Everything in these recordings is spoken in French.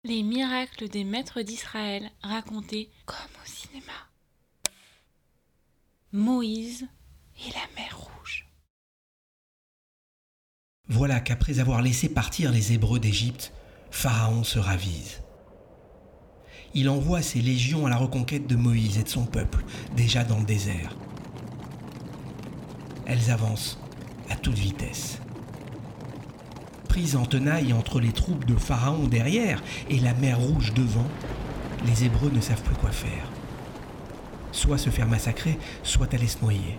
Les miracles des maîtres d'Israël racontés comme au cinéma. Moïse et la mer Rouge. Voilà qu'après avoir laissé partir les Hébreux d'Égypte, Pharaon se ravise. Il envoie ses légions à la reconquête de Moïse et de son peuple, déjà dans le désert. Elles avancent à toute vitesse. Prises en tenaille entre les troupes de Pharaon derrière et la mer Rouge devant, les Hébreux ne savent plus quoi faire. Soit se faire massacrer, soit aller se noyer.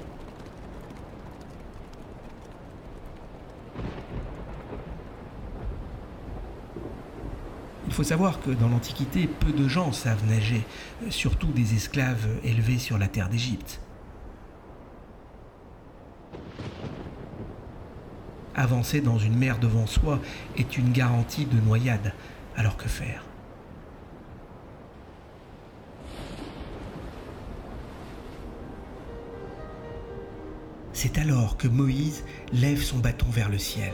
Il faut savoir que dans l'Antiquité, peu de gens savent nager, surtout des esclaves élevés sur la terre d'Égypte. Avancer dans une mer devant soi est une garantie de noyade, alors que faire ? C'est alors que Moïse lève son bâton vers le ciel.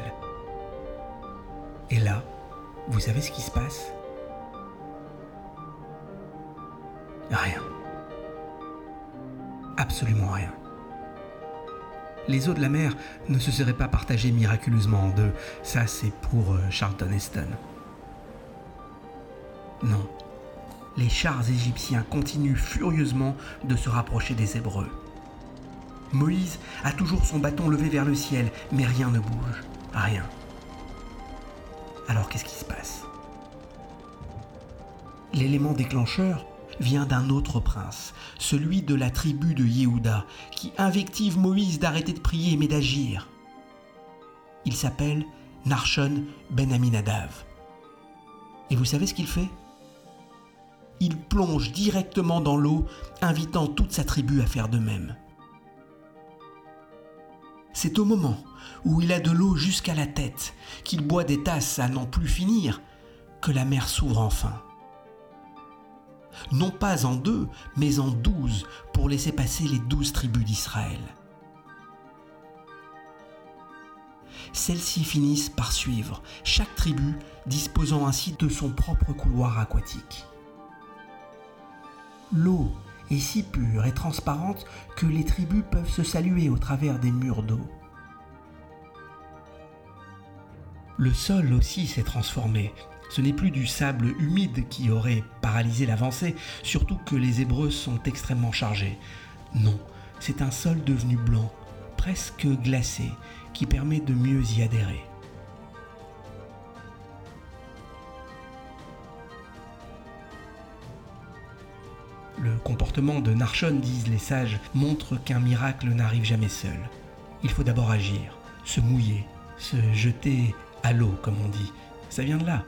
Et là, vous savez ce qui se passe ? Rien. Absolument rien. Les eaux de la mer ne se seraient pas partagées miraculeusement en deux. Ça, c'est pour Charlton Heston. Non. Les chars égyptiens continuent furieusement de se rapprocher des Hébreux. Moïse a toujours son bâton levé vers le ciel, mais rien ne bouge. Rien. Alors qu'est-ce qui se passe ? L'élément déclencheur vient d'un autre prince, celui de la tribu de Yehuda, qui invective Moïse d'arrêter de prier mais d'agir. Il s'appelle Narshon ben Aminadav. Et vous savez ce qu'il fait ? Il plonge directement dans l'eau, invitant toute sa tribu à faire de même. C'est au moment où il a de l'eau jusqu'à la tête, qu'il boit des tasses à n'en plus finir, que la mer s'ouvre enfin. Non pas en 2, mais en 12, pour laisser passer les 12 tribus d'Israël. Celles-ci finissent par suivre, chaque tribu disposant ainsi de son propre couloir aquatique. L'eau est si pure et transparente que les tribus peuvent se saluer au travers des murs d'eau. Le sol aussi s'est transformé. Ce n'est plus du sable humide qui aurait paralysé l'avancée, surtout que les Hébreux sont extrêmement chargés. Non, c'est un sol devenu blanc, presque glacé, qui permet de mieux y adhérer. Le comportement de Narshon, disent les sages, montre qu'un miracle n'arrive jamais seul. Il faut d'abord agir, se mouiller, se jeter à l'eau, comme on dit. Ça vient de là.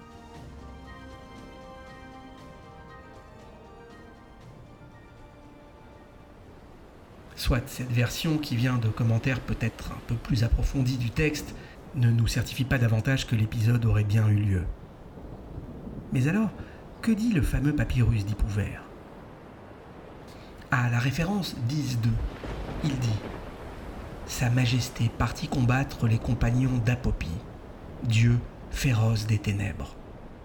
Soit cette version qui vient de commentaires peut-être un peu plus approfondis du texte ne nous certifie pas davantage que l'épisode aurait bien eu lieu. Mais alors, que dit le fameux papyrus d'Hippouver ? À la référence d'Is 2, il dit « Sa Majesté partit combattre les compagnons d'Apopi, Dieu féroce des ténèbres.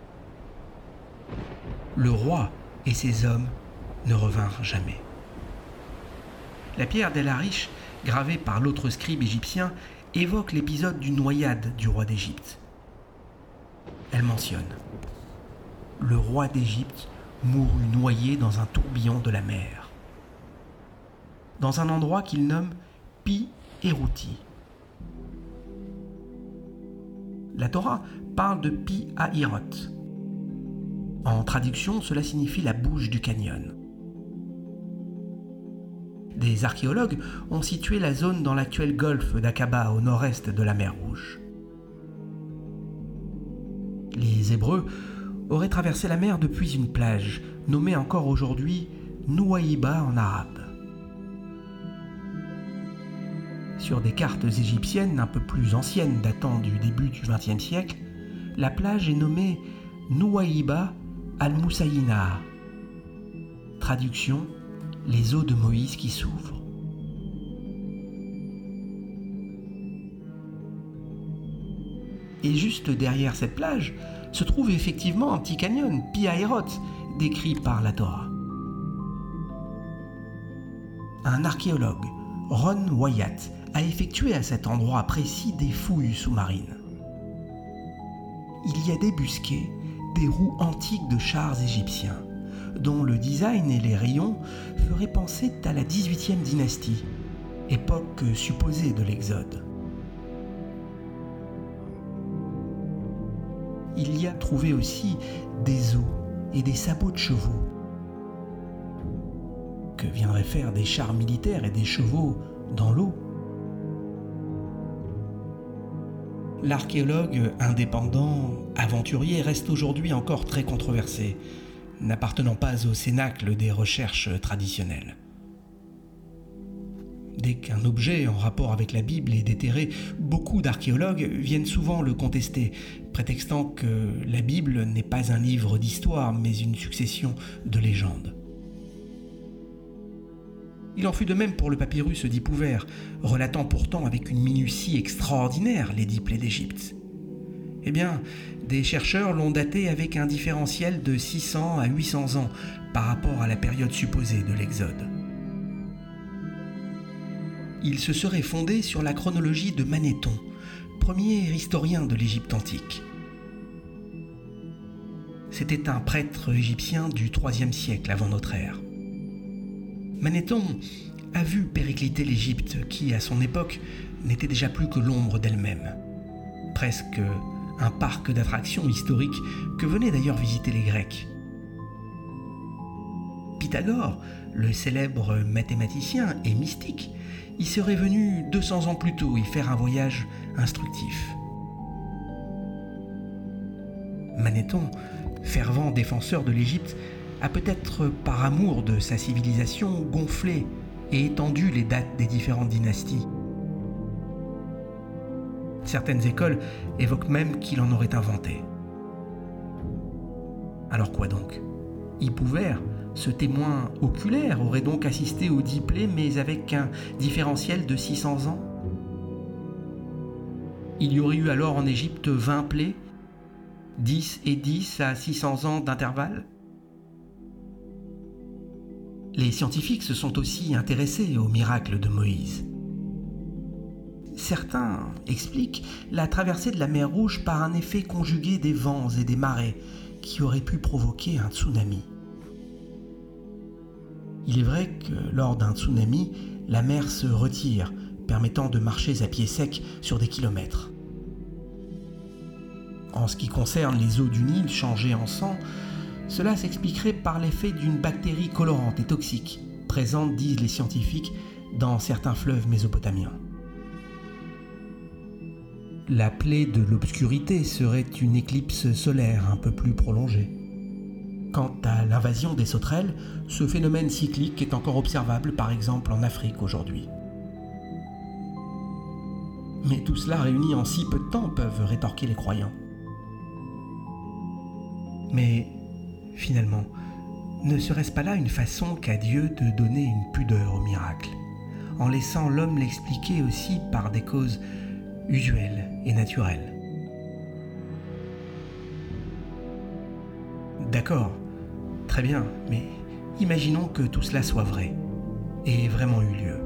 Le roi et ses hommes ne revinrent jamais. » La pierre d'El Arish, gravée par l'autre scribe égyptien, évoque l'épisode d'une noyade du roi d'Égypte. Elle mentionne « Le roi d'Égypte mourut noyé dans un tourbillon de la mer. » dans un endroit qu'il nomme Pi-Hérouti. La Torah parle de Pi-Hahirot. En traduction, cela signifie la bouche du canyon. Des archéologues ont situé la zone dans l'actuel golfe d'Aqaba au nord-est de la mer Rouge. Les Hébreux auraient traversé la mer depuis une plage, nommée encore aujourd'hui Nouaïba en arabe. Sur des cartes égyptiennes un peu plus anciennes datant du début du XXe siècle, la plage est nommée Nouaïba al-Moussaïna. Traduction, les eaux de Moïse qui s'ouvrent. Et juste derrière cette plage se trouve effectivement un petit canyon, Pi Hahiroth, décrit par la Torah. Un archéologue, Ron Wyatt, a effectué à cet endroit précis des fouilles sous-marines. Il y a débusqué des roues antiques de chars égyptiens, dont le design et les rayons feraient penser à la 18e dynastie, époque supposée de l'Exode. Il y a trouvé aussi des os et des sabots de chevaux. Que viendraient faire des chars militaires et des chevaux dans l'eau? L'archéologue indépendant, aventurier, reste aujourd'hui encore très controversé, n'appartenant pas au cénacle des recherches traditionnelles. Dès qu'un objet en rapport avec la Bible est déterré, beaucoup d'archéologues viennent souvent le contester, prétextant que la Bible n'est pas un livre d'histoire, mais une succession de légendes. Il en fut de même pour le papyrus d'Hippouver, relatant pourtant avec une minutie extraordinaire les 10 plaies d'Égypte. Eh bien, des chercheurs l'ont daté avec un différentiel de 600 à 800 ans par rapport à la période supposée de l'Exode. Il se serait fondé sur la chronologie de Manéthon, premier historien de l'Égypte antique. C'était un prêtre égyptien du IIIe siècle avant notre ère. Manéthon a vu péricliter l'Égypte qui, à son époque, n'était déjà plus que l'ombre d'elle-même. Presque un parc d'attractions historiques que venaient d'ailleurs visiter les Grecs. Pythagore, le célèbre mathématicien et mystique, y serait venu 200 ans plus tôt y faire un voyage instructif. Manéthon, fervent défenseur de l'Égypte, a peut-être par amour de sa civilisation gonflé et étendu les dates des différentes dynasties. Certaines écoles évoquent même qu'il en aurait inventé. Alors quoi donc? Hippouver, ce témoin oculaire, aurait donc assisté aux 10 plaies, mais avec un différentiel de 600 ans? Il y aurait eu alors en Égypte 20 plaies, 10 et 10 à 600 ans d'intervalle? Les scientifiques se sont aussi intéressés au miracle de Moïse. Certains expliquent la traversée de la mer Rouge par un effet conjugué des vents et des marées qui aurait pu provoquer un tsunami. Il est vrai que lors d'un tsunami, la mer se retire, permettant de marcher à pied sec sur des kilomètres. En ce qui concerne les eaux du Nil changées en sang, cela s'expliquerait par l'effet d'une bactérie colorante et toxique, présente, disent les scientifiques, dans certains fleuves mésopotamiens. La plaie de l'obscurité serait une éclipse solaire un peu plus prolongée. Quant à l'invasion des sauterelles, ce phénomène cyclique est encore observable par exemple en Afrique aujourd'hui. Mais tout cela réuni en si peu de temps peuvent rétorquer les croyants. Mais finalement, ne serait-ce pas là une façon qu'a Dieu de donner une pudeur au miracle, en laissant l'homme l'expliquer aussi par des causes usuelles et naturelles? D'accord, très bien, mais imaginons que tout cela soit vrai, et ait vraiment eu lieu.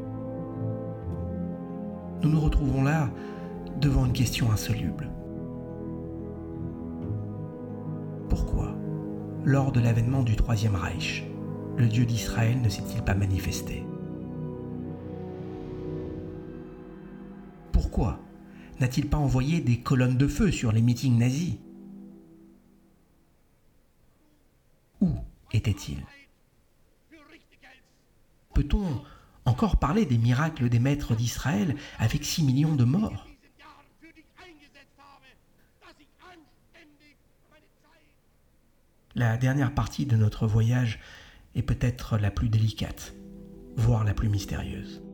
Nous nous retrouvons là devant une question insoluble. Pourquoi, lors de l'avènement du Troisième Reich, le Dieu d'Israël ne s'est-il pas manifesté? Pourquoi n'a-t-il pas envoyé des colonnes de feu sur les meetings nazis? Où était-il? Peut-on encore parler des miracles des maîtres d'Israël avec 6 millions de morts? La dernière partie de notre voyage est peut-être la plus délicate, voire la plus mystérieuse.